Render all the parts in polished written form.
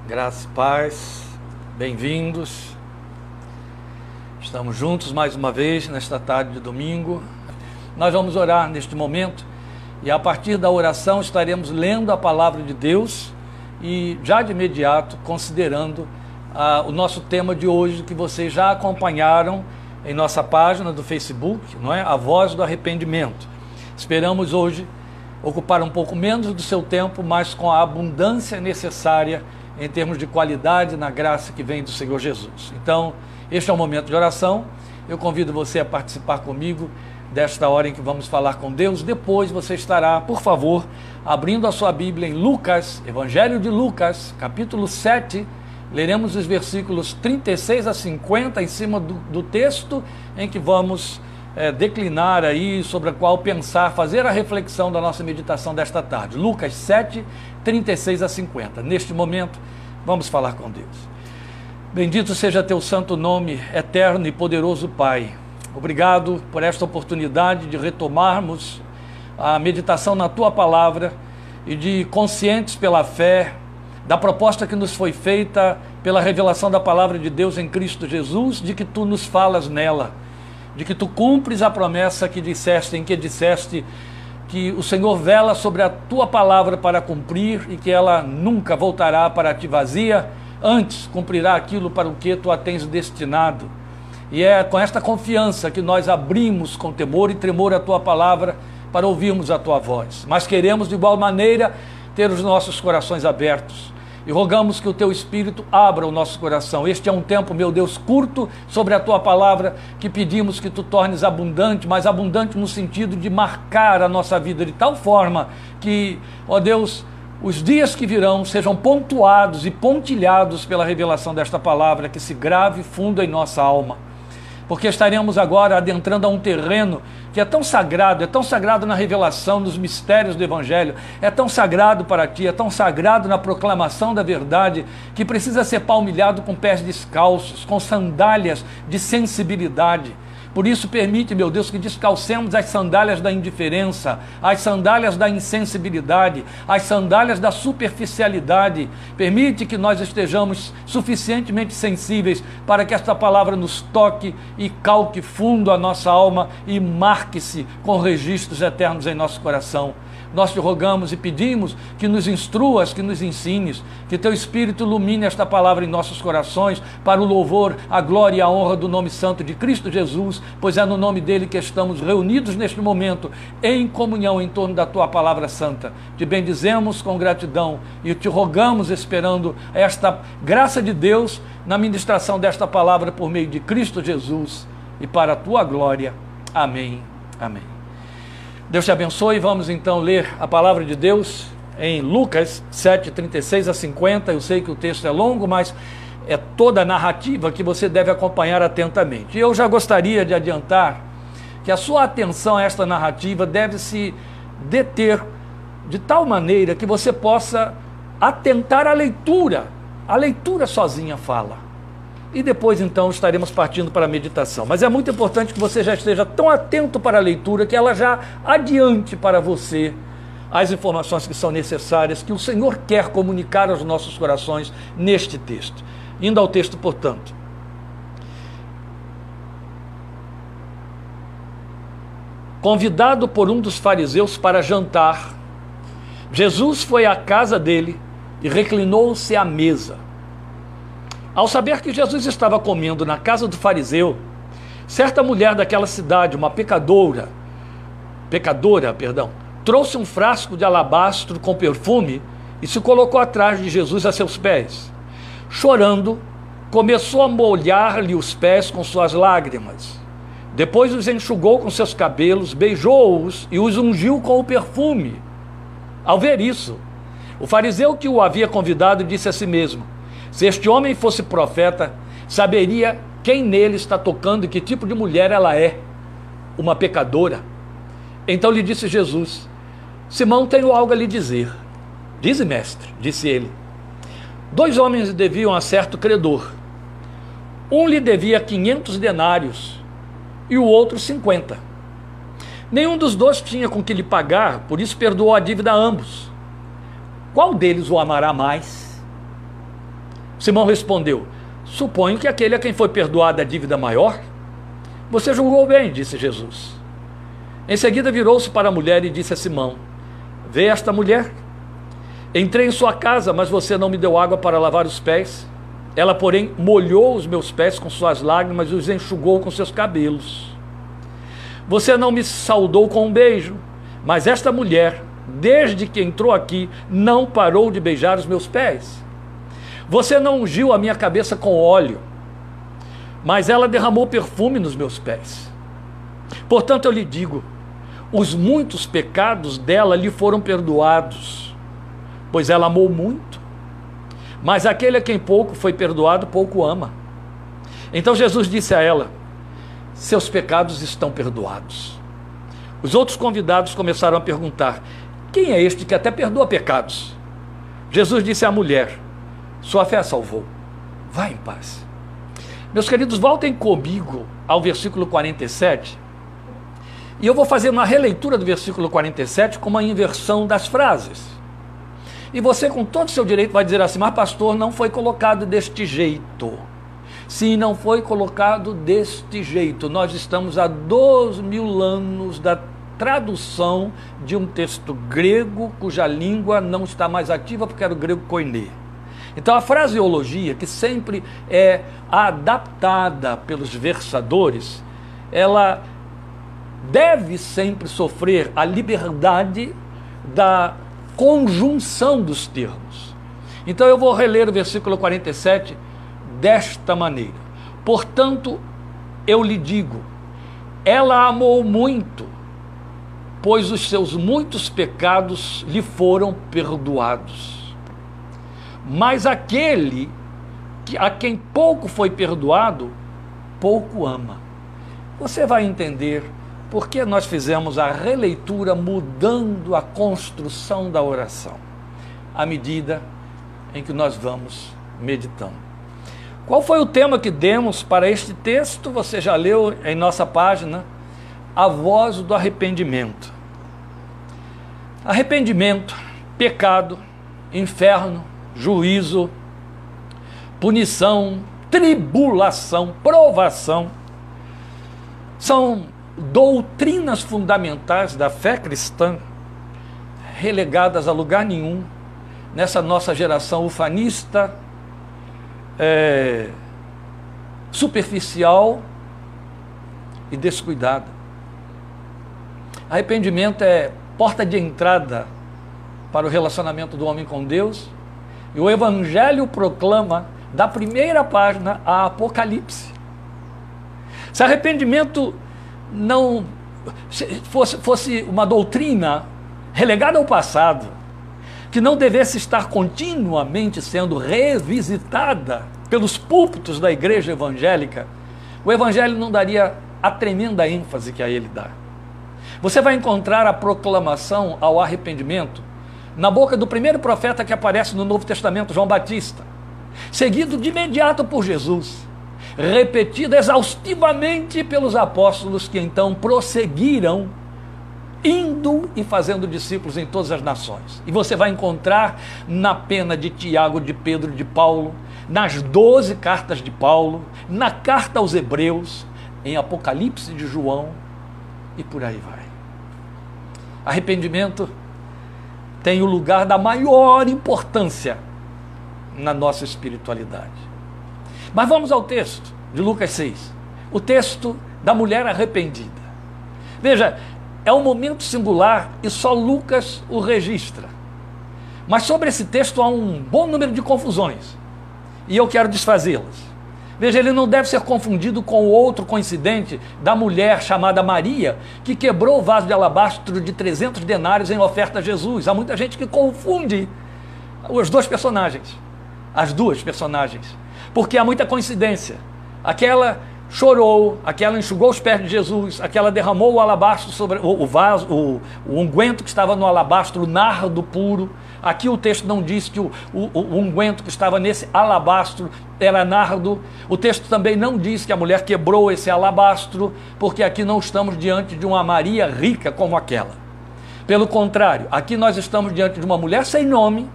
Graça e paz, bem-vindos. Estamos juntos mais uma vez nesta tarde de domingo. Nós vamos orar neste momento e a partir da oração estaremos lendo a palavra de Deus e já de imediato considerando o nosso tema de hoje, que vocês já acompanharam em nossa página do Facebook, não é? A Voz do Arrependimento. Esperamos hoje ocupar um pouco menos do seu tempo, mas com a abundância necessária em termos de qualidade na graça que vem do Senhor Jesus. Então, este é o momento de oração. Eu convido você a participar comigo desta hora em que vamos falar com Deus. Depois você estará, por favor, abrindo a sua Bíblia em Lucas, Evangelho de Lucas, capítulo 7. Leremos os versículos 36 a 50 em cima do texto em que vamos declinar aí, sobre a qual pensar, fazer a reflexão da nossa meditação desta tarde. Lucas 7, 36 a 50. Neste momento, vamos falar com Deus. Bendito seja teu santo nome, eterno e poderoso Pai. Obrigado por esta oportunidade de retomarmos a meditação na tua palavra e de, conscientes pela fé, da proposta que nos foi feita pela revelação da palavra de Deus em Cristo Jesus, de que tu nos falas nela, de que tu cumpres a promessa que disseste, em que disseste que o Senhor vela sobre a tua palavra para cumprir e que ela nunca voltará para ti vazia, antes cumprirá aquilo para o que tu a tens destinado. E é com esta confiança que nós abrimos com temor e tremor a tua palavra para ouvirmos a tua voz. Mas queremos de igual maneira ter os nossos corações abertos e rogamos que o teu Espírito abra o nosso coração. Este é um tempo, meu Deus, curto sobre a tua palavra, que pedimos que tu tornes abundante, mas abundante no sentido de marcar a nossa vida de tal forma que, ó Deus, os dias que virão sejam pontuados e pontilhados pela revelação desta palavra, que se grave fundo em nossa alma. Porque estaremos agora adentrando a um terreno que é tão sagrado na revelação, nos mistérios do Evangelho, é tão sagrado para ti, é tão sagrado na proclamação da verdade, que precisa ser palmilhado com pés descalços, com sandálias de sensibilidade. Por isso permite, meu Deus, que descalcemos as sandálias da indiferença, as sandálias da insensibilidade, as sandálias da superficialidade. Permite que nós estejamos suficientemente sensíveis para que esta palavra nos toque e calque fundo a nossa alma e marque-se com registros eternos em nosso coração. Nós te rogamos e pedimos que nos instruas, que nos ensines, que teu Espírito ilumine esta palavra em nossos corações para o louvor, a glória e a honra do nome santo de Cristo Jesus, pois é no nome dele que estamos reunidos neste momento, em comunhão em torno da tua palavra santa. Te bendizemos com gratidão e te rogamos esperando esta graça de Deus na ministração desta palavra por meio de Cristo Jesus e para a tua glória. Amém. Amém. Deus te abençoe. Vamos então ler a palavra de Deus em Lucas 7, 36 a 50. Eu sei que o texto é longo, mas é toda a narrativa que você deve acompanhar atentamente. E eu já gostaria de adiantar que a sua atenção a esta narrativa deve se deter de tal maneira que você possa atentar à leitura. A leitura sozinha fala. E depois então estaremos partindo para a meditação. Mas é muito importante que você já esteja tão atento para a leitura que ela já adiante para você as informações que são necessárias, que o Senhor quer comunicar aos nossos corações neste texto. Indo ao texto, portanto. Convidado por um dos fariseus para jantar, Jesus foi à casa dele e reclinou-se à mesa. Ao saber que Jesus estava comendo na casa do fariseu, certa mulher daquela cidade, uma pecadora, trouxe um frasco de alabastro com perfume e se colocou atrás de Jesus a seus pés. Chorando, começou a molhar-lhe os pés com suas lágrimas. Depois os enxugou com seus cabelos, beijou-os e os ungiu com o perfume. Ao ver isso, o fariseu que o havia convidado disse a si mesmo: se este homem fosse profeta, saberia quem nele está tocando e que tipo de mulher ela é, uma pecadora. Então lhe disse Jesus: Simão, tenho algo a lhe dizer. Dize, mestre, disse ele. 2 homens deviam a certo credor. Um lhe devia 500 denários e o outro 50. Nenhum dos dois tinha com que lhe pagar, por isso perdoou a dívida a ambos. Qual deles o amará mais? Simão respondeu: suponho que aquele a quem foi perdoada a dívida maior. Você julgou bem, disse Jesus. Em seguida virou-se para a mulher e disse a Simão: vê esta mulher? Entrei em sua casa, mas você não me deu água para lavar os pés. Ela, porém, molhou os meus pés com suas lágrimas e os enxugou com seus cabelos. Você não me saudou com um beijo, mas esta mulher, desde que entrou aqui, não parou de beijar os meus pés. Você não ungiu a minha cabeça com óleo, mas ela derramou perfume nos meus pés. Portanto, eu lhe digo, os muitos pecados dela lhe foram perdoados, pois ela amou muito. Mas aquele a quem pouco foi perdoado, pouco ama. Então Jesus disse a ela: seus pecados estão perdoados. Os outros convidados começaram a perguntar: quem é este que até perdoa pecados? Jesus disse à mulher: sua fé a salvou. Vá em paz. Meus queridos, voltem comigo ao versículo 47. E eu vou fazer uma releitura do versículo 47 com uma inversão das frases. E você, com todo o seu direito, vai dizer assim: mas pastor, não foi colocado deste jeito. Sim, não foi colocado deste jeito. Nós estamos há 2.000 anos da tradução de um texto grego cuja língua não está mais ativa porque era o grego koiné. Então a fraseologia, que sempre é adaptada pelos versadores, ela deve sempre sofrer a liberdade da conjunção dos termos. Então eu vou reler o versículo 47 desta maneira: portanto, eu lhe digo, ela amou muito, pois os seus muitos pecados lhe foram perdoados. Mas aquele a quem pouco foi perdoado, pouco ama. Você vai entender por que nós fizemos a releitura mudando a construção da oração, à medida em que nós vamos meditando. Qual foi o tema que demos para este texto? Você já leu em nossa página: a voz do arrependimento. Arrependimento, pecado, inferno, juízo, punição, tribulação, provação, são doutrinas fundamentais da fé cristã, relegadas a lugar nenhum nessa nossa geração ufanista, superficial e descuidada. Arrependimento é porta de entrada para o relacionamento do homem com Deus, e o Evangelho proclama da primeira página a Apocalipse. Se arrependimento não fosse uma doutrina relegada ao passado, que não devesse estar continuamente sendo revisitada pelos púlpitos da igreja evangélica, o Evangelho não daria a tremenda ênfase que a ele dá. Você vai encontrar a proclamação ao arrependimento na boca do primeiro profeta que aparece no Novo Testamento, João Batista, seguido de imediato por Jesus, repetido exaustivamente pelos apóstolos, que então prosseguiram indo e fazendo discípulos em todas as nações. E você vai encontrar na pena de Tiago, de Pedro, de Paulo, nas 12 cartas de Paulo, na carta aos Hebreus, em Apocalipse de João, e por aí vai. Arrependimento tem o lugar da maior importância na nossa espiritualidade. Mas vamos ao texto de Lucas 6, o texto da mulher arrependida. Veja, é um momento singular e só Lucas o registra. Mas sobre esse texto há um bom número de confusões, e eu quero desfazê-las. Veja, ele não deve ser confundido com o outro coincidente da mulher chamada Maria, que quebrou o vaso de alabastro de 300 denários em oferta a Jesus. Há muita gente que confunde os dois personagens, as duas personagens, porque há muita coincidência. Aquela chorou, aquela enxugou os pés de Jesus, aquela derramou o alabastro sobre o vaso, o unguento que estava no alabastro, o nardo puro. Aqui o texto não diz que o unguento que estava nesse alabastro era nardo. O texto também não diz que a mulher quebrou esse alabastro, porque aqui não estamos diante de uma Maria rica como aquela. Pelo contrário, aqui nós estamos diante de uma mulher sem nome,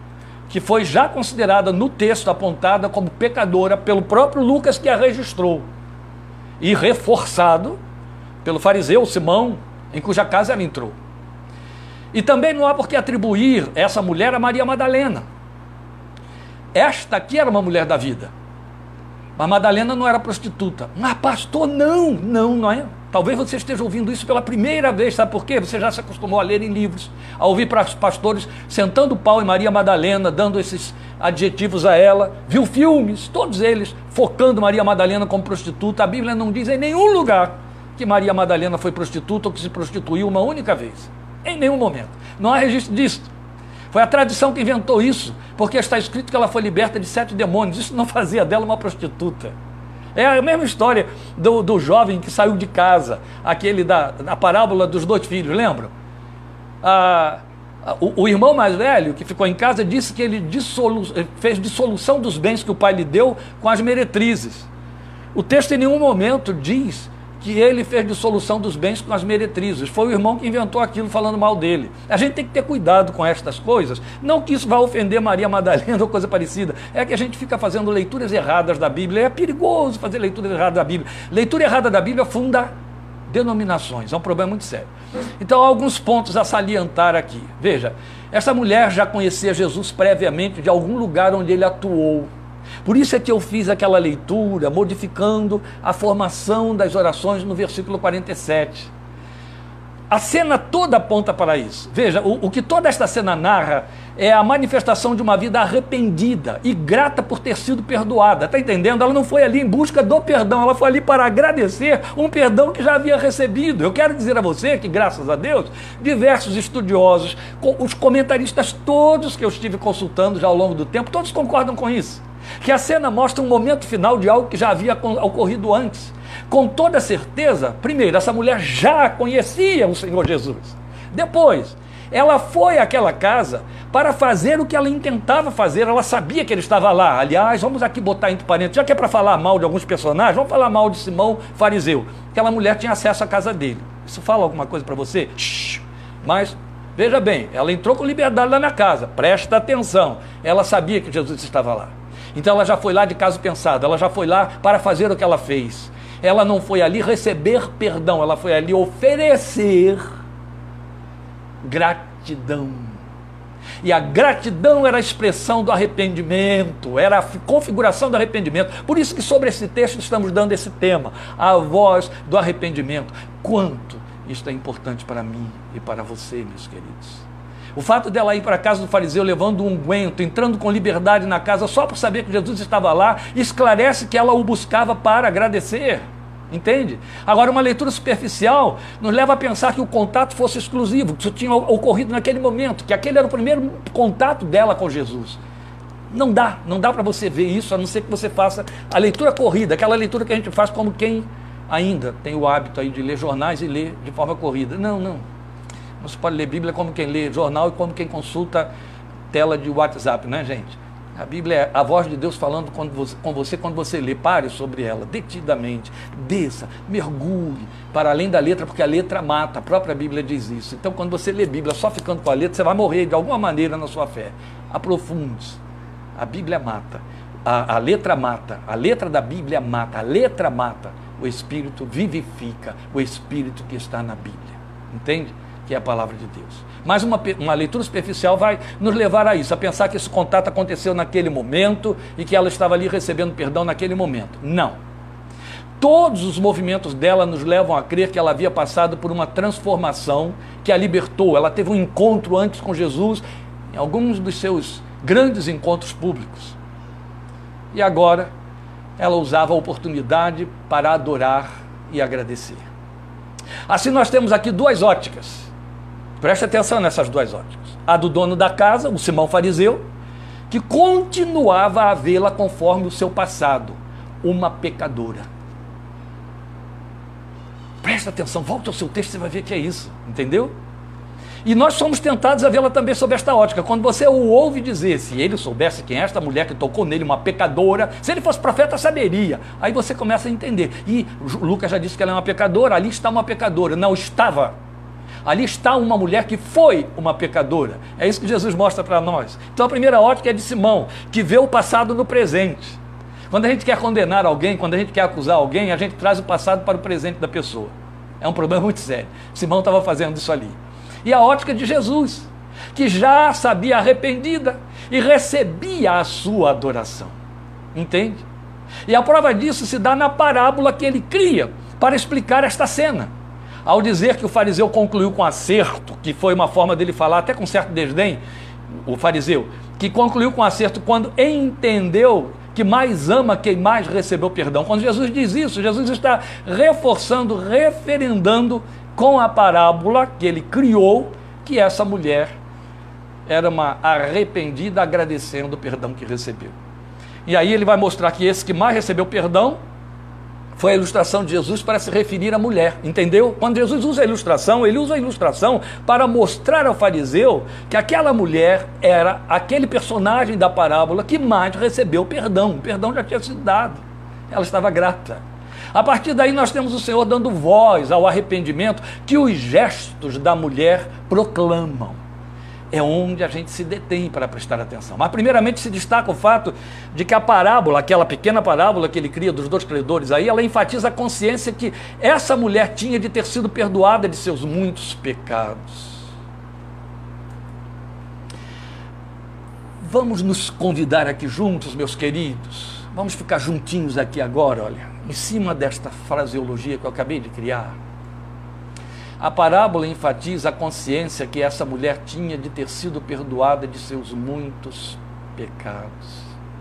que foi já considerada no texto apontada como pecadora pelo próprio Lucas, que a registrou, e reforçado pelo fariseu Simão, em cuja casa ela entrou. E também não há por que atribuir essa mulher a Maria Madalena. Esta aqui era uma mulher da vida, mas Madalena não era prostituta. Mas pastor, não é. Talvez você esteja ouvindo isso pela primeira vez, sabe por quê? Você já se acostumou a ler em livros, a ouvir para os pastores sentando o pau em Maria Madalena, dando esses adjetivos a ela, viu filmes, todos eles focando Maria Madalena como prostituta. A Bíblia não diz em nenhum lugar que Maria Madalena foi prostituta ou que se prostituiu uma única vez, em nenhum momento. Não há registro disso. Foi a tradição que inventou isso, porque está escrito que ela foi liberta de 7 demônios. Isso não fazia dela uma prostituta. É a mesma história do jovem que saiu de casa, aquele da parábola dos 2 filhos, lembram? O irmão mais velho, que ficou em casa, disse que ele fez dissolução dos bens que o pai lhe deu com as meretrizes. O texto em nenhum momento diz que ele fez dissolução dos bens com as meretrizes. Foi o irmão que inventou aquilo falando mal dele. A gente tem que ter cuidado com estas coisas. Não que isso vá ofender Maria Madalena ou coisa parecida. É que a gente fica fazendo leituras erradas da Bíblia. É perigoso fazer leituras erradas da Bíblia. Leitura errada da Bíblia funda denominações. É um problema muito sério. Então, há alguns pontos a salientar aqui. Veja, essa mulher já conhecia Jesus previamente de algum lugar onde ele atuou. Por isso é que eu fiz aquela leitura, modificando a formação das orações no versículo 47. A cena toda aponta para isso. Veja, o que toda esta cena narra é a manifestação de uma vida arrependida e grata por ter sido perdoada. Está entendendo? Ela não foi ali em busca do perdão, ela foi ali para agradecer um perdão que já havia recebido. Eu quero dizer a você que, graças a Deus, diversos estudiosos, os comentaristas todos que eu estive consultando já ao longo do tempo, todos concordam com isso. Que a cena mostra um momento final de algo que já havia ocorrido antes. Com toda certeza, primeiro, essa mulher já conhecia o Senhor Jesus. Depois, ela foi àquela casa para fazer o que ela intentava fazer. Ela sabia que ele estava lá. Aliás, vamos aqui botar entre parênteses, já que é para falar mal de alguns personagens, vamos falar mal de Simão, fariseu. Aquela mulher tinha acesso à casa dele. Isso fala alguma coisa para você? Mas, veja bem, ela entrou com liberdade lá na casa. Presta atenção. Ela sabia que Jesus estava lá. Então ela já foi lá de caso pensado, ela já foi lá para fazer o que ela fez. Ela não foi ali receber perdão, ela foi ali oferecer gratidão. E a gratidão era a expressão do arrependimento, era a configuração do arrependimento. Por isso que sobre esse texto estamos dando esse tema, a voz do arrependimento. Quanto isto é importante para mim e para você, meus queridos. O fato dela ir para a casa do fariseu levando um unguento, entrando com liberdade na casa só por saber que Jesus estava lá, esclarece que ela o buscava para agradecer. Entende? Agora, uma leitura superficial nos leva a pensar que o contato fosse exclusivo, que isso tinha ocorrido naquele momento, que aquele era o primeiro contato dela com Jesus. Não dá para você ver isso, a não ser que você faça a leitura corrida, aquela leitura que a gente faz como quem ainda tem o hábito aí de ler jornais e ler de forma corrida. Não se pode ler Bíblia como quem lê jornal e como quem consulta tela de WhatsApp, né, gente? A Bíblia é a voz de Deus falando com você quando você lê. Pare sobre ela, detidamente, desça, mergulhe para além da letra, porque a letra mata, a própria Bíblia diz isso. Então, quando você lê Bíblia só ficando com a letra, você vai morrer de alguma maneira na sua fé. Aprofunde-se. A Bíblia mata, a letra mata, a letra da Bíblia mata, a letra mata, o Espírito vivifica, o Espírito que está na Bíblia. Entende? Que é a palavra de Deus. Mas uma leitura superficial vai nos levar a isso, a pensar que esse contato aconteceu naquele momento e que ela estava ali recebendo perdão naquele momento. Não. Todos os movimentos dela nos levam a crer que ela havia passado por uma transformação que a libertou. Ela teve um encontro antes com Jesus, em alguns dos seus grandes encontros públicos. E agora ela usava a oportunidade para adorar e agradecer. Assim nós temos aqui 2 óticas. Preste atenção nessas 2 óticas. A do dono da casa, o Simão fariseu, que continuava a vê-la conforme o seu passado, uma pecadora. Preste atenção, volte ao seu texto, você vai ver que é isso, entendeu? E nós somos tentados a vê-la também sob esta ótica. Quando você o ouve dizer, se ele soubesse quem é esta mulher que tocou nele, uma pecadora, se ele fosse profeta, saberia. Aí você começa a entender. E Lucas já disse que ela é uma pecadora, ali está uma pecadora. Não estava. Ali está uma mulher que foi uma pecadora. É isso que Jesus mostra para nós. Então a primeira ótica é de Simão, que vê o passado no presente. Quando a gente quer condenar alguém, quando a gente quer acusar alguém, a gente traz o passado para o presente da pessoa. É um problema muito sério. Simão estava fazendo isso ali. E a ótica de Jesus, que já sabia arrependida e recebia a sua adoração. Entende? E a prova disso se dá na parábola que ele cria para explicar esta cena. Ao dizer que o fariseu concluiu com acerto, que foi uma forma dele falar até com certo desdém, o fariseu, que concluiu com acerto quando entendeu que mais ama quem mais recebeu perdão. Quando Jesus diz isso, Jesus está reforçando, referendando com a parábola que ele criou, que essa mulher era uma arrependida agradecendo o perdão que recebeu. E aí ele vai mostrar que esse que mais recebeu perdão foi a ilustração de Jesus para se referir à mulher, entendeu? Quando Jesus usa a ilustração, ele usa a ilustração para mostrar ao fariseu que aquela mulher era aquele personagem da parábola que mais recebeu perdão. O perdão já tinha sido dado, ela estava grata. A partir daí nós temos o Senhor dando voz ao arrependimento que os gestos da mulher proclamam. É onde a gente se detém para prestar atenção. Mas primeiramente se destaca o fato de que a parábola, aquela pequena parábola que ele cria dos dois credores aí, ela enfatiza a consciência que essa mulher tinha de ter sido perdoada de seus muitos pecados. Vamos nos convidar aqui juntos, meus queridos. Vamos ficar juntinhos aqui agora, olha, em cima desta fraseologia que eu acabei de criar. A parábola enfatiza a consciência que essa mulher tinha de ter sido perdoada de seus muitos pecados.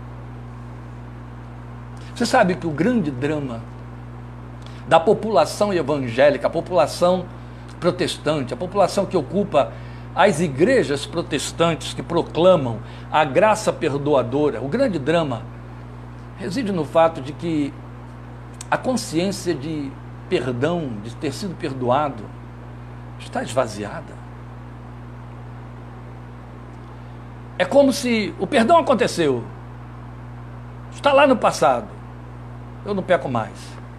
Você sabe que o grande drama da população evangélica, a população protestante, a população que ocupa as igrejas protestantes que proclamam a graça perdoadora, o grande drama reside no fato de que a consciência de perdão, de ter sido perdoado, está esvaziada. É como se o perdão aconteceu, está lá no passado, eu não peco mais.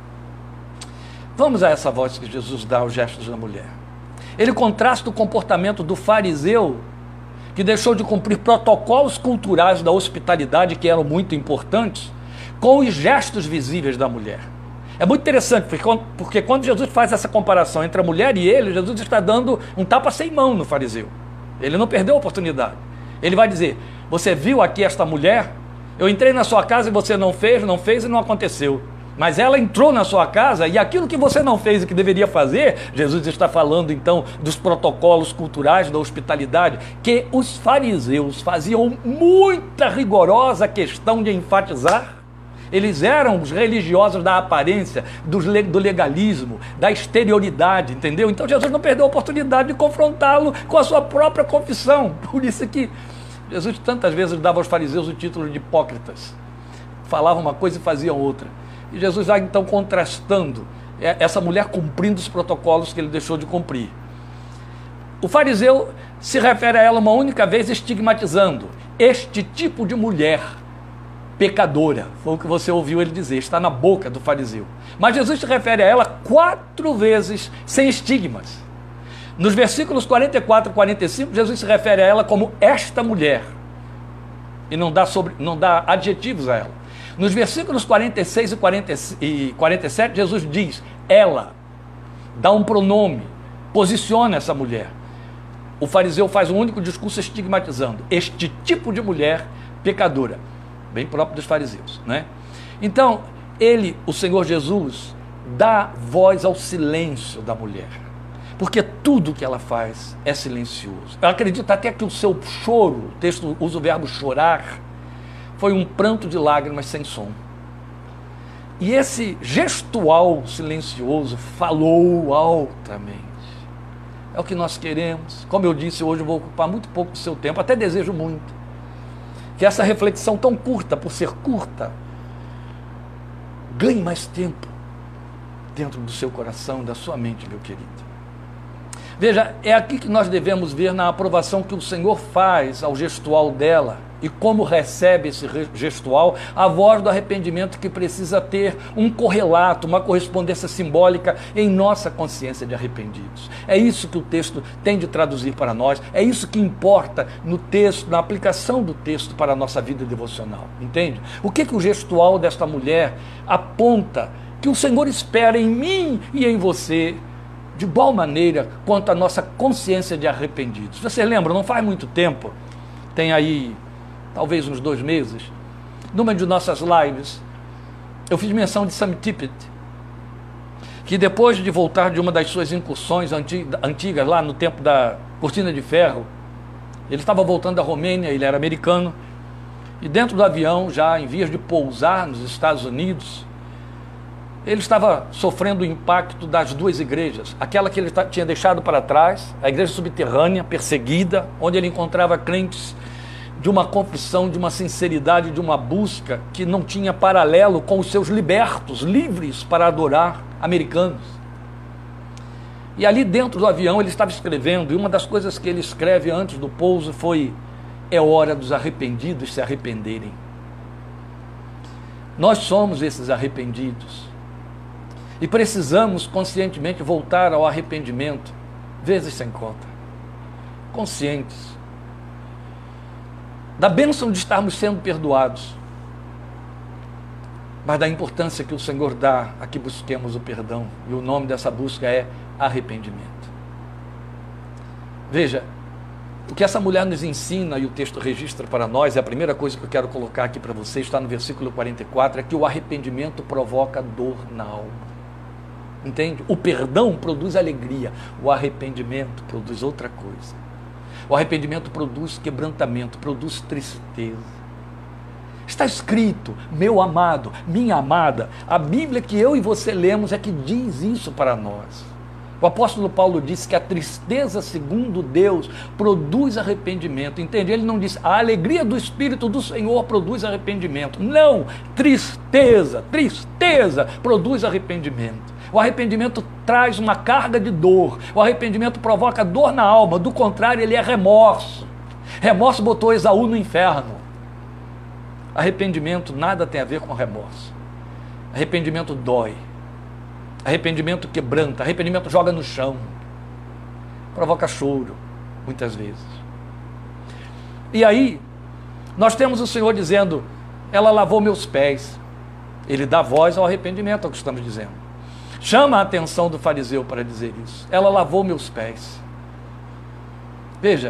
Vamos a essa voz que Jesus dá aos gestos da mulher. Ele contrasta o comportamento do fariseu, que deixou de cumprir protocolos culturais da hospitalidade, que eram muito importantes, com os gestos visíveis da mulher. É muito interessante, porque quando Jesus faz essa comparação entre a mulher e ele, Jesus está dando um tapa sem mão no fariseu. Ele não perdeu a oportunidade. Ele vai dizer, você viu aqui esta mulher? Eu entrei na sua casa e você não fez e não aconteceu. Mas ela entrou na sua casa e aquilo que você não fez e que deveria fazer, Jesus está falando então dos protocolos culturais da hospitalidade, que os fariseus faziam muita rigorosa questão de enfatizar. Eles eram os religiosos da aparência, do legalismo, da exterioridade, entendeu? Então Jesus não perdeu a oportunidade de confrontá-lo com a sua própria confissão. Por isso que Jesus tantas vezes dava aos fariseus o título de hipócritas. Falavam uma coisa e faziam outra. E Jesus vai então contrastando essa mulher cumprindo os protocolos que ele deixou de cumprir. O fariseu se refere a ela uma única vez estigmatizando este tipo de mulher pecadora, foi o que você ouviu ele dizer, está na boca do fariseu. Mas Jesus se refere a ela 4 vezes sem estigmas. Nos versículos 44 e 45, Jesus se refere a ela como esta mulher, e não dá adjetivos a ela. Nos versículos 46 e 47, Jesus diz, ela, dá um pronome, posiciona essa mulher. O fariseu faz um único discurso estigmatizando este tipo de mulher pecadora. Bem próprio dos fariseus, né? Então, o Senhor Jesus, dá voz ao silêncio da mulher, porque tudo que ela faz é silencioso. Eu acredito até que o seu choro, o texto usa o verbo chorar, foi um pranto de lágrimas sem som. E esse gestual silencioso falou altamente. É o que nós queremos. Como eu disse, hoje eu vou ocupar muito pouco do seu tempo, até desejo muito que essa reflexão tão curta, por ser curta, ganhe mais tempo dentro do seu coração, da sua mente, meu querido. Veja, é aqui que nós devemos ver na aprovação que o Senhor faz ao gestual dela, e como recebe esse gestual, a voz do arrependimento que precisa ter um correlato, uma correspondência simbólica em nossa consciência de arrependidos. É isso que o texto tem de traduzir para nós, é isso que importa no texto, na aplicação do texto para a nossa vida devocional, entende? O que o gestual desta mulher aponta que o Senhor espera em mim e em você, de igual maneira quanto a nossa consciência de arrependidos. Você lembra, não faz muito tempo, tem aí talvez uns 2 meses, numa de nossas lives, eu fiz menção de Sam Tippett, que depois de voltar de uma das suas incursões antigas, lá no tempo da Cortina de Ferro, ele estava voltando da Romênia, ele era americano, e dentro do avião, já em vias de pousar nos Estados Unidos, ele estava sofrendo o impacto das 2 igrejas, aquela que ele tinha deixado para trás, a igreja subterrânea, perseguida, onde ele encontrava crentes de uma confissão, de uma sinceridade, de uma busca que não tinha paralelo com os seus libertos, livres para adorar americanos. E ali dentro do avião ele estava escrevendo, e uma das coisas que ele escreve antes do pouso foi: é hora dos arrependidos se arrependerem. Nós somos esses arrependidos e precisamos conscientemente voltar ao arrependimento, vezes sem conta, conscientes da bênção de estarmos sendo perdoados, mas da importância que o Senhor dá a que busquemos o perdão, e o nome dessa busca é arrependimento. Veja, o que essa mulher nos ensina, e o texto registra para nós, é a primeira coisa que eu quero colocar aqui para você, está no versículo 44, é que o arrependimento provoca dor na alma. Entende? O perdão produz alegria, o arrependimento produz outra coisa. O arrependimento produz quebrantamento, produz tristeza. Está escrito, meu amado, minha amada, a Bíblia que eu e você lemos é que diz isso para nós. O apóstolo Paulo disse que a tristeza segundo Deus produz arrependimento, entende? Ele não disse, a alegria do Espírito do Senhor produz arrependimento. Não, tristeza produz arrependimento. O arrependimento traz uma carga de dor, o arrependimento provoca dor na alma, do contrário ele é remorso. Remorso botou Esaú no inferno. Arrependimento nada tem a ver com remorso. Arrependimento dói. Arrependimento quebranta, arrependimento joga no chão, provoca choro, muitas vezes. E aí, nós temos o Senhor dizendo, ela lavou meus pés. Ele dá voz ao arrependimento, é o que estamos dizendo. Chama a atenção do fariseu para dizer isso. Ela lavou meus pés. Veja,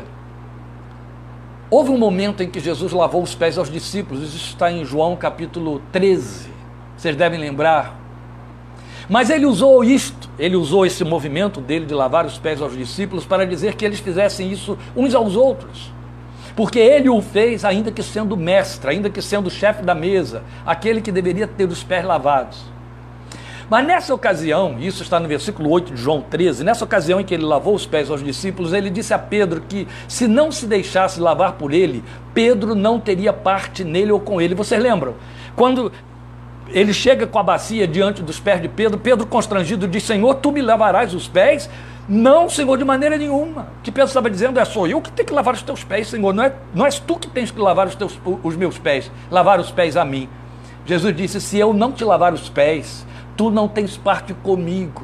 houve um momento em que Jesus lavou os pés aos discípulos, isso está em João capítulo 13, vocês devem lembrar. Mas ele usou esse movimento dele de lavar os pés aos discípulos para dizer que eles fizessem isso uns aos outros. Porque ele o fez ainda que sendo mestre, ainda que sendo chefe da mesa, aquele que deveria ter os pés lavados. Mas nessa ocasião, isso está no versículo 8 de João 13, nessa ocasião em que ele lavou os pés aos discípulos, ele disse a Pedro que se não se deixasse lavar por ele, Pedro não teria parte nele ou com ele. Vocês lembram? Quando ele chega com a bacia diante dos pés de Pedro, Pedro constrangido diz, Senhor, tu me lavarás os pés? Não, Senhor, de maneira nenhuma. O que Pedro estava dizendo é, sou eu que tenho que lavar os teus pés, Senhor, não és tu que tens que lavar os meus pés, lavar os pés a mim. Jesus disse, se eu não te lavar os pés, tu não tens parte comigo.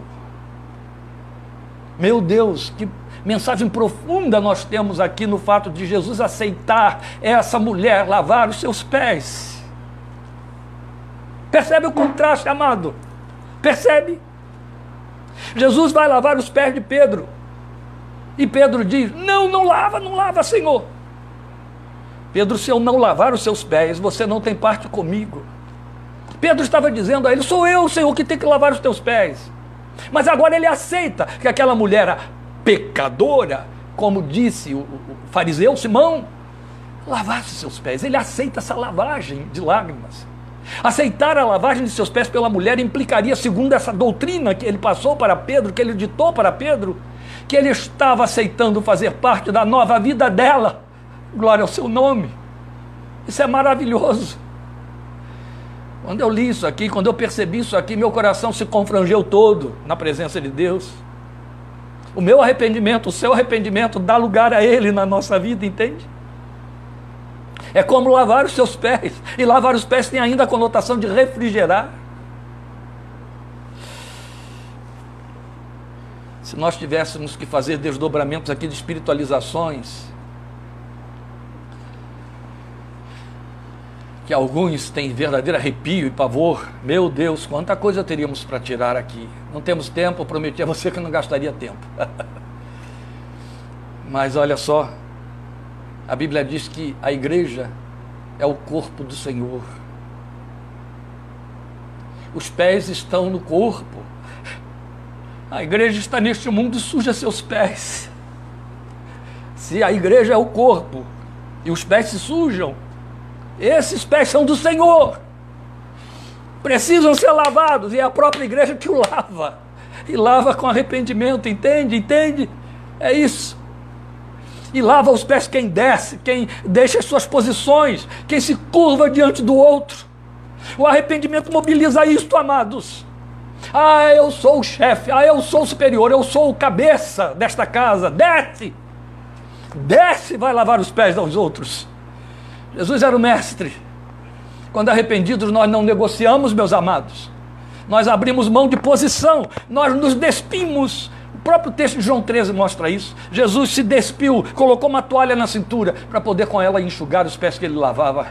Meu Deus, que mensagem profunda nós temos aqui no fato de Jesus aceitar essa mulher lavar os seus pés. Percebe o contraste, amado? Percebe? Jesus vai lavar os pés de Pedro. E Pedro diz, não lava, Senhor. Pedro, se eu não lavar os seus pés, você não tem parte comigo. Pedro estava dizendo a ele, sou eu, Senhor, que tem que lavar os teus pés. Mas agora ele aceita que aquela mulher era pecadora, como disse o fariseu Simão, lavasse seus pés. Ele aceita essa lavagem de lágrimas. Aceitar a lavagem de seus pés pela mulher implicaria, segundo essa doutrina que ele passou para Pedro, que ele ditou para Pedro, que ele estava aceitando fazer parte da nova vida dela. Glória ao seu nome. Isso é maravilhoso. Quando eu li isso aqui, quando eu percebi isso aqui, meu coração se confrangeu todo na presença de Deus. O meu arrependimento, o seu arrependimento dá lugar a Ele na nossa vida, entende? É como lavar os seus pés. E lavar os pés tem ainda a conotação de refrigerar. Se nós tivéssemos que fazer desdobramentos aqui de espiritualizações, que alguns têm verdadeiro arrepio e pavor, meu Deus, quanta coisa teríamos para tirar aqui. Não temos tempo, eu prometi a você que eu não gastaria tempo. Mas olha só, a Bíblia diz que a igreja é o corpo do Senhor. Os pés estão no corpo. A igreja está neste mundo e suja seus pés. Se a igreja é o corpo e os pés se sujam, esses pés são do Senhor. Precisam ser lavados e é a própria igreja que o lava. E lava com arrependimento, entende? Entende? É isso. E lava os pés quem desce, quem deixa as suas posições, quem se curva diante do outro. O arrependimento mobiliza isto, amados. Ah, eu sou o chefe, ah, eu sou o superior, eu sou o cabeça desta casa. Desce! Desce e vai lavar os pés aos outros. Jesus era o mestre. Quando arrependidos nós não negociamos, meus amados. Nós abrimos mão de posição, nós nos despimos. O próprio texto de João 13 mostra isso. Jesus se despiu, colocou uma toalha na cintura para poder com ela enxugar os pés que ele lavava.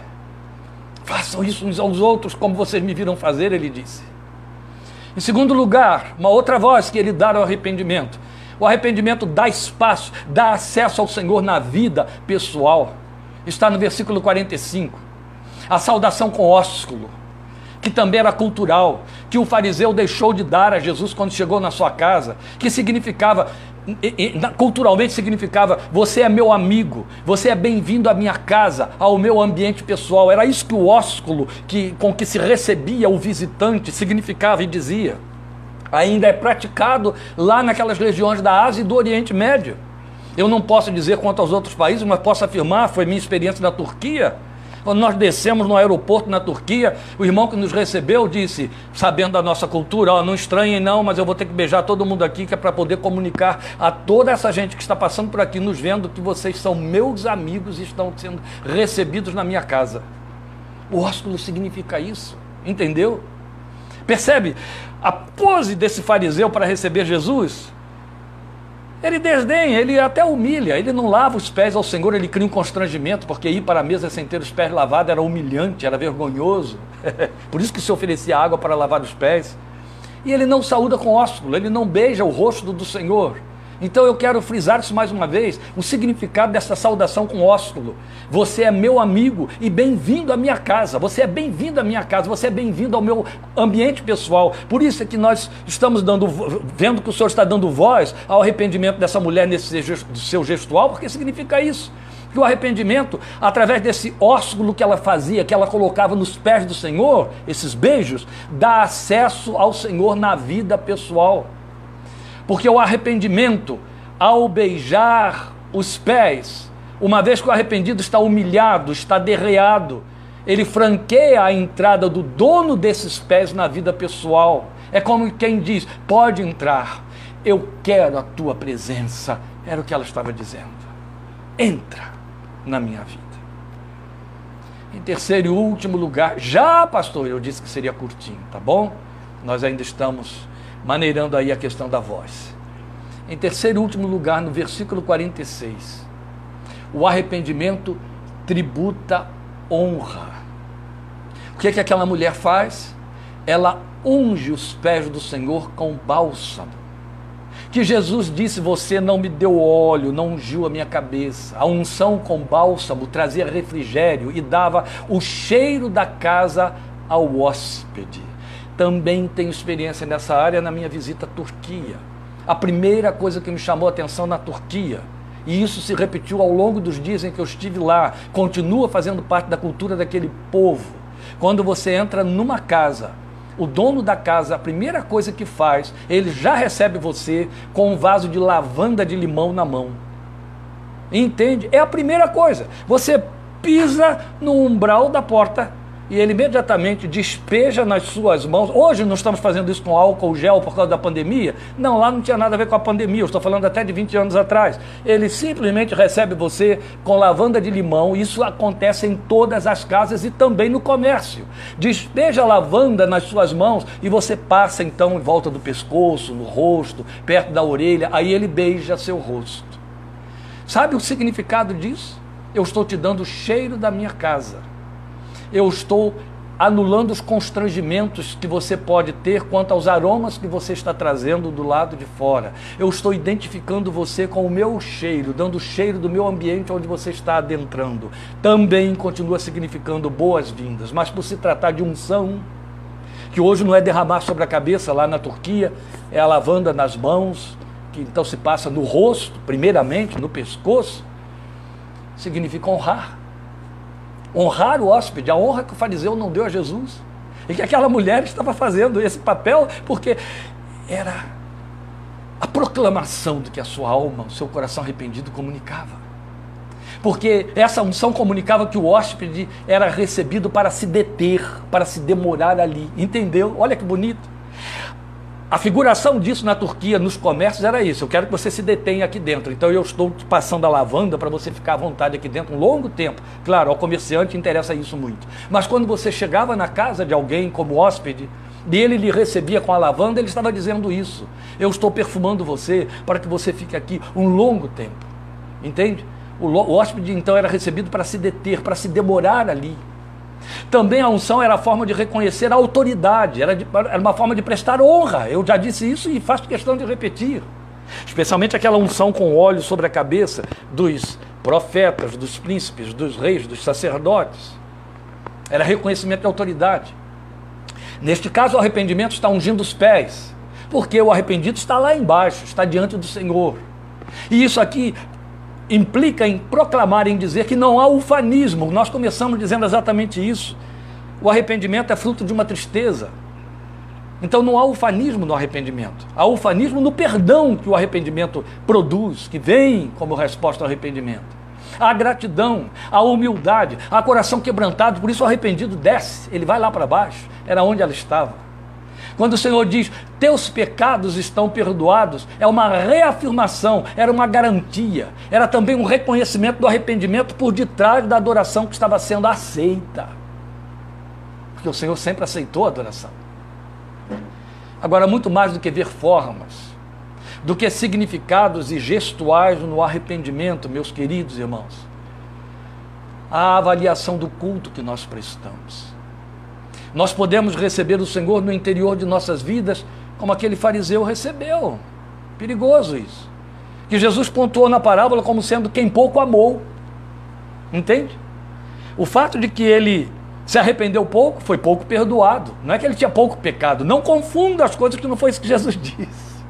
Façam isso uns aos outros como vocês me viram fazer, ele disse. Em segundo lugar, uma outra voz que ele dá ao arrependimento. O arrependimento dá espaço, dá acesso ao Senhor na vida pessoal. Está no versículo 45. A saudação com ósculo, que também era cultural, que o fariseu deixou de dar a Jesus quando chegou na sua casa, que significava, culturalmente significava, você é meu amigo, você é bem-vindo à minha casa, ao meu ambiente pessoal. Era isso que o ósculo com que se recebia o visitante significava e dizia. Ainda é praticado lá naquelas regiões da Ásia e do Oriente Médio. Eu não posso dizer quanto aos outros países, mas posso afirmar, foi minha experiência na Turquia. Quando nós descemos no aeroporto na Turquia, o irmão que nos recebeu disse, sabendo da nossa cultura, não estranhem não, mas eu vou ter que beijar todo mundo aqui, que é para poder comunicar a toda essa gente que está passando por aqui, nos vendo, que vocês são meus amigos e estão sendo recebidos na minha casa. O ósculo significa isso, entendeu? Percebe? A pose desse fariseu para receber Jesus, ele desdenha, ele até humilha, ele não lava os pés ao Senhor, ele cria um constrangimento, porque ir para a mesa sem ter os pés lavados era humilhante, era vergonhoso. Por isso que se oferecia água para lavar os pés. E ele não saúda com ósculo, ele não beija o rosto do Senhor. Então eu quero frisar isso mais uma vez, o significado dessa saudação com ósculo. Você é meu amigo e bem-vindo à minha casa, você é bem-vindo à minha casa, você é bem-vindo ao meu ambiente pessoal. Por isso é que nós estamos vendo que o Senhor está dando voz ao arrependimento dessa mulher nesse seu gestual, porque significa isso. Que o arrependimento, através desse ósculo que ela fazia, que ela colocava nos pés do Senhor, esses beijos, dá acesso ao Senhor na vida pessoal. Porque o arrependimento, ao beijar os pés, uma vez que o arrependido está humilhado, está derreado, ele franqueia a entrada do dono desses pés na vida pessoal. É como quem diz, pode entrar, eu quero a tua presença. Era o que ela estava dizendo. Entra na minha vida. Em terceiro e último lugar, já pastor, eu disse que seria curtinho, tá bom? Nós ainda estamos maneirando aí a questão da voz. Em terceiro e último lugar, no versículo 46, o arrependimento tributa honra. O que é que aquela mulher faz? Ela unge os pés do Senhor com bálsamo. Que Jesus disse, você não me deu óleo, não ungiu a minha cabeça. A unção com bálsamo trazia refrigério e dava o cheiro da casa ao hóspede. Também tenho experiência nessa área na minha visita à Turquia. A primeira coisa que me chamou a atenção na Turquia, e isso se repetiu ao longo dos dias em que eu estive lá, continua fazendo parte da cultura daquele povo. Quando você entra numa casa, o dono da casa, a primeira coisa que faz, ele já recebe você com um vaso de lavanda de limão na mão. Entende? É a primeira coisa. Você pisa no umbral da porta e ele imediatamente despeja nas suas mãos. Hoje não estamos fazendo isso com álcool gel por causa da pandemia. Não, lá não tinha nada a ver com a pandemia, eu estou falando até de 20 anos atrás. Ele simplesmente recebe você com lavanda de limão. Isso acontece em todas as casas e também no comércio. Despeja a lavanda nas suas mãos e você passa então em volta do pescoço, no rosto, perto da orelha, aí ele beija seu rosto. Sabe o significado disso? Eu estou te dando o cheiro da minha casa. Eu estou anulando os constrangimentos que você pode ter quanto aos aromas que você está trazendo do lado de fora. Eu estou identificando você com o meu cheiro, dando o cheiro do meu ambiente onde você está adentrando. Também continua significando boas-vindas, mas por se tratar de unção, que hoje não é derramar sobre a cabeça lá na Turquia, é a lavanda nas mãos, que então se passa no rosto, primeiramente, no pescoço, significa honrar. Honrar o hóspede, a honra que o fariseu não deu a Jesus. E que aquela mulher estava fazendo esse papel porque era a proclamação do que a sua alma, o seu coração arrependido comunicava. Porque essa unção comunicava que o hóspede era recebido para se deter, para se demorar ali. Entendeu? Olha que bonito. A figuração disso na Turquia, nos comércios, era isso. Eu quero que você se detenha aqui dentro. Então eu estou te passando a lavanda para você ficar à vontade aqui dentro um longo tempo. Claro, ao comerciante interessa isso muito. Mas quando você chegava na casa de alguém como hóspede, e ele lhe recebia com a lavanda, ele estava dizendo isso. Eu estou perfumando você para que você fique aqui um longo tempo. Entende? O hóspede então era recebido para se deter, para se demorar ali. Também a unção era a forma de reconhecer a autoridade, era uma forma de prestar honra. Eu já disse isso e faço questão de repetir. Especialmente aquela unção com óleo sobre a cabeça dos profetas, dos príncipes, dos reis, dos sacerdotes. Era reconhecimento de autoridade. Neste caso, o arrependimento está ungindo os pés, porque o arrependido está lá embaixo, está diante do Senhor. E isso aqui implica em proclamar, em dizer que não há ufanismo. Nós começamos dizendo exatamente isso. O arrependimento é fruto de uma tristeza. Então não há ufanismo no arrependimento. Há ufanismo no perdão que o arrependimento produz, que vem como resposta ao arrependimento. Há gratidão, há humildade, há coração quebrantado. Por isso o arrependido desce, ele vai lá para baixo. Era onde ela estava. Quando o Senhor diz, teus pecados estão perdoados, é uma reafirmação, era uma garantia, era também um reconhecimento do arrependimento por detrás da adoração que estava sendo aceita. Porque o Senhor sempre aceitou a adoração. Agora, muito mais do que ver formas, do que significados e gestuais no arrependimento, meus queridos irmãos, a avaliação do culto que nós prestamos. Nós podemos receber o Senhor no interior de nossas vidas, como aquele fariseu recebeu. Perigoso isso. Que Jesus pontuou na parábola como sendo quem pouco amou. Entende? O fato de que ele se arrependeu pouco, foi pouco perdoado. Não é que ele tinha pouco pecado. Não confunda as coisas, que não foi isso que Jesus disse.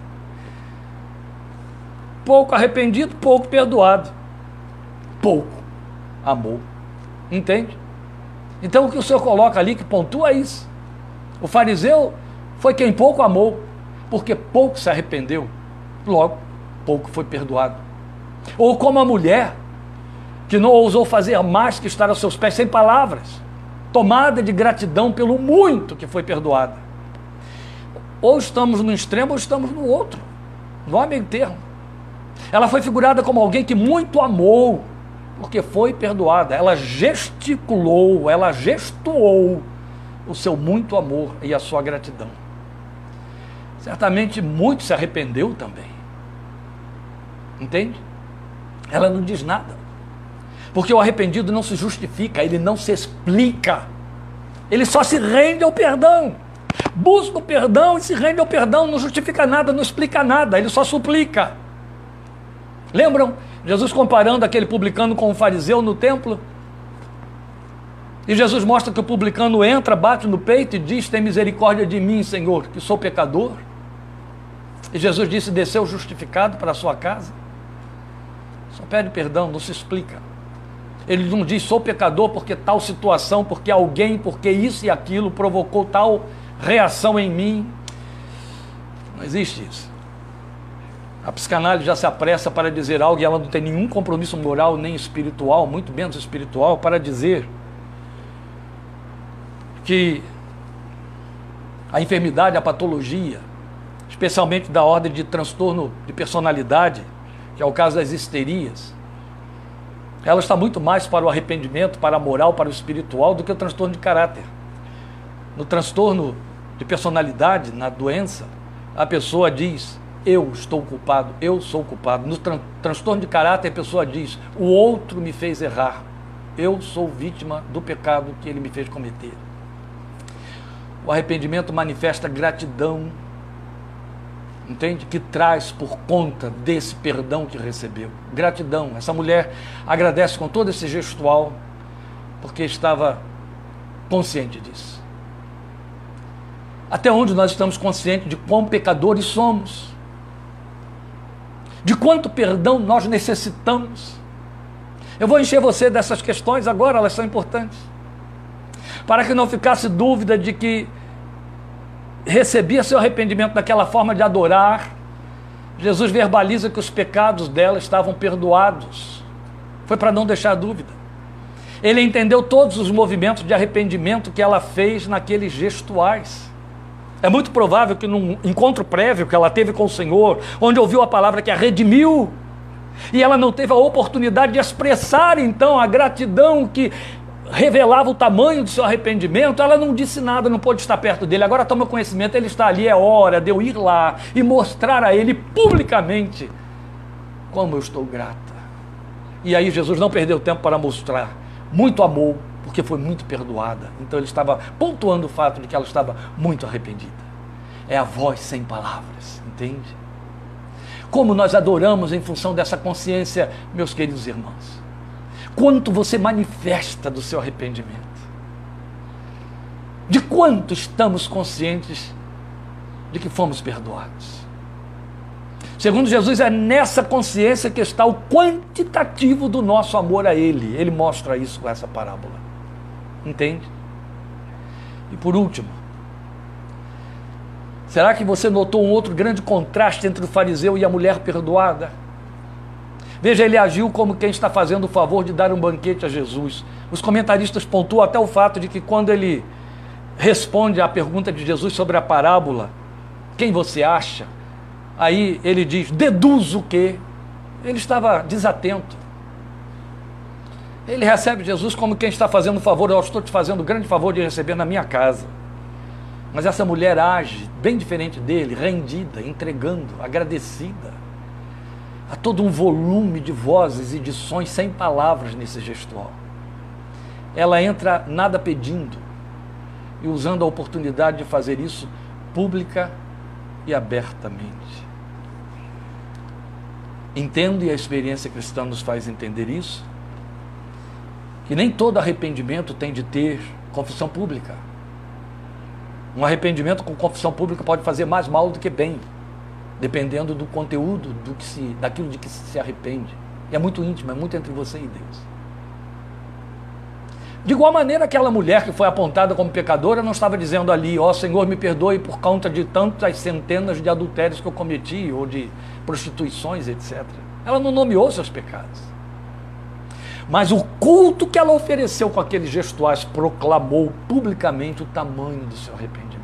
Pouco arrependido, pouco perdoado. Pouco amou. Entende? Então o que o Senhor coloca ali, que pontua isso. O fariseu foi quem pouco amou, porque pouco se arrependeu. Logo, pouco foi perdoado. Ou como a mulher, que não ousou fazer mais que estar aos seus pés sem palavras, tomada de gratidão pelo muito que foi perdoada. Ou estamos no extremo ou estamos no outro. Não há meio termo. Ela foi figurada como alguém que muito amou, porque foi perdoada. Ela gesticulou, ela gestuou o seu muito amor e a sua gratidão. Certamente muito se arrependeu também. Entende? Ela não diz nada. Porque o arrependido não se justifica, ele não se explica. Ele só se rende ao perdão. Busca o perdão e se rende ao perdão, não justifica nada, não explica nada, ele só suplica. Lembram? Jesus comparando aquele publicano com o fariseu no templo. E Jesus mostra que o publicano entra, bate no peito e diz, tem misericórdia de mim, Senhor, que sou pecador. E Jesus disse, desceu justificado para a sua casa. Só pede perdão, não se explica. Ele não diz, sou pecador porque tal situação, porque alguém, porque isso e aquilo provocou tal reação em mim. Não existe isso. A psicanálise já se apressa para dizer algo e ela não tem nenhum compromisso moral nem espiritual, muito menos espiritual, para dizer que a enfermidade, a patologia, especialmente da ordem de transtorno de personalidade, que é o caso das histerias, ela está muito mais para o arrependimento, para a moral, para o espiritual, do que o transtorno de caráter. No transtorno de personalidade, na doença, a pessoa diz: eu estou culpado, eu sou culpado. No transtorno de caráter, a pessoa diz: o outro me fez errar, eu sou vítima do pecado que ele me fez cometer. O arrependimento manifesta gratidão, entende? Que traz por conta desse perdão que recebeu. Gratidão. Essa mulher agradece com todo esse gestual, porque estava consciente disso. Até onde nós estamos conscientes de quão pecadores somos, de quanto perdão nós necessitamos. Eu vou encher você dessas questões agora, elas são importantes, para que não ficasse dúvida de que recebia seu arrependimento daquela forma de adorar. Jesus verbaliza que os pecados dela estavam perdoados. Foi para não deixar dúvida. Ele entendeu todos os movimentos de arrependimento que ela fez naqueles gestuais. É muito provável que num encontro prévio que ela teve com o Senhor, onde ouviu a palavra que a redimiu, e ela não teve a oportunidade de expressar então a gratidão que revelava o tamanho do seu arrependimento, ela não disse nada, não pôde estar perto dele. Agora toma conhecimento, ele está ali, é hora de eu ir lá e mostrar a ele publicamente como eu estou grata. E aí Jesus não perdeu tempo para mostrar, muito amou, porque foi muito perdoada. Então ele estava pontuando o fato de que ela estava muito arrependida. É a voz sem palavras, entende? Como nós adoramos em função dessa consciência, meus queridos irmãos. Quanto você manifesta do seu arrependimento. De quanto estamos conscientes de que fomos perdoados. Segundo Jesus, é nessa consciência que está o quantitativo do nosso amor a Ele. Ele mostra isso com essa parábola. Entende? E por último, será que você notou um outro grande contraste entre o fariseu e a mulher perdoada? Veja, ele agiu como quem está fazendo o favor de dar um banquete a Jesus. Os comentaristas pontuam até o fato de que quando ele responde à pergunta de Jesus sobre a parábola, quem você acha? Aí ele diz, deduzo que ele estava desatento. Ele recebe Jesus como quem está fazendo um favor: eu estou te fazendo o grande favor de receber na minha casa. Mas essa mulher age bem diferente dele, rendida, entregando, agradecida. Há todo um volume de vozes e de sons sem palavras nesse gestual. Ela entra nada pedindo e usando a oportunidade de fazer isso pública e abertamente. Entendo, e a experiência cristã nos faz entender isso, que nem todo arrependimento tem de ter confissão pública. Um arrependimento com confissão pública pode fazer mais mal do que bem, dependendo do conteúdo daquilo de que se arrepende. E é muito íntimo, é muito entre você e Deus. De igual maneira, aquela mulher que foi apontada como pecadora não estava dizendo ali: ó Senhor, me perdoe por conta de tantas centenas de adultérios que eu cometi, ou de prostituições, etc. Ela não nomeou seus pecados. Mas o culto que ela ofereceu com aqueles gestuais proclamou publicamente o tamanho do seu arrependimento.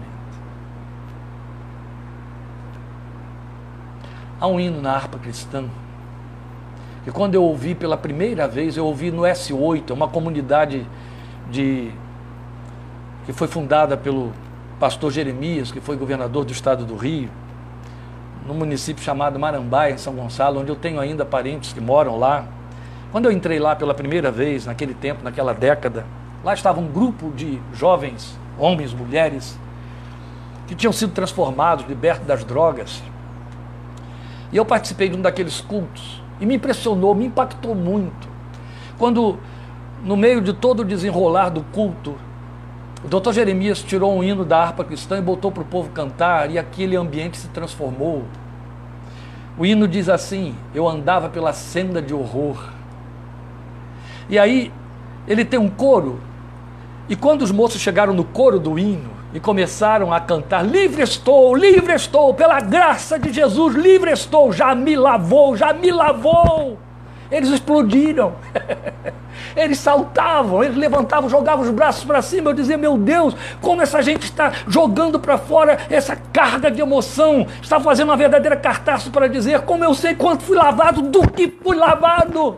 Há um hino na harpa cristã, que quando eu ouvi pela primeira vez, eu ouvi no S8, uma comunidade que foi fundada pelo pastor Jeremias, que foi governador do estado do Rio, num município chamado Marambaia, em São Gonçalo, onde eu tenho ainda parentes que moram lá. Quando eu entrei lá pela primeira vez, naquele tempo, naquela década, lá estava um grupo de jovens, homens, mulheres, que tinham sido transformados, libertos das drogas. E eu participei de um daqueles cultos, e me impressionou, me impactou muito, quando, no meio de todo o desenrolar do culto, o doutor Jeremias tirou um hino da harpa cristã e botou para o povo cantar, e aquele ambiente se transformou. O hino diz assim: eu andava pela senda de horror. E aí ele tem um coro, e quando os moços chegaram no coro do hino e começaram a cantar: livre estou, pela graça de Jesus, livre estou, já me lavou, eles explodiram. eles saltavam, eles levantavam, jogavam os braços para cima. Eu dizia, meu Deus, como essa gente está jogando para fora essa carga de emoção, está fazendo uma verdadeira cartaço para dizer como eu sei quanto fui lavado, do que fui lavado.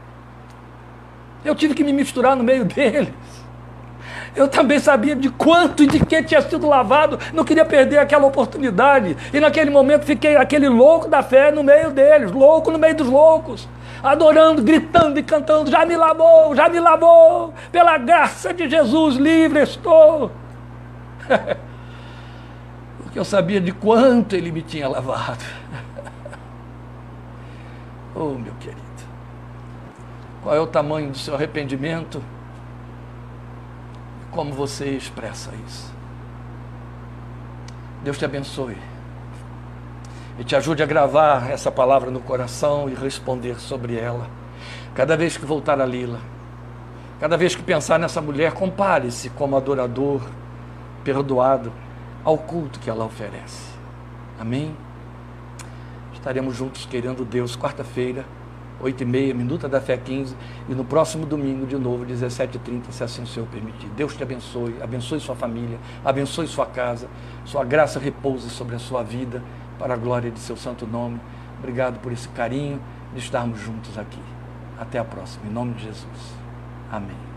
Eu tive que me misturar no meio deles. Eu também sabia de quanto e de que tinha sido lavado, não queria perder aquela oportunidade. E naquele momento fiquei aquele louco da fé no meio deles, louco no meio dos loucos, adorando, gritando e cantando, já me lavou, pela graça de Jesus, livre estou. Porque eu sabia de quanto ele me tinha lavado. Oh, meu querido, qual é o tamanho do seu arrependimento? Como você expressa isso? Deus te abençoe e te ajude a gravar essa palavra no coração e responder sobre ela. Cada vez que voltar a lê-la, cada vez que pensar nessa mulher, compare-se como adorador, perdoado, ao culto que ela oferece. Amém? Estaremos juntos querendo Deus, quarta-feira, 8h30, Minuta da Fé 15, e no próximo domingo, de novo, 17h30, se assim o Senhor permitir. Deus te abençoe, abençoe sua família, abençoe sua casa, sua graça repouse sobre a sua vida, para a glória de seu santo nome. Obrigado por esse carinho de estarmos juntos aqui. Até a próxima, em nome de Jesus. Amém.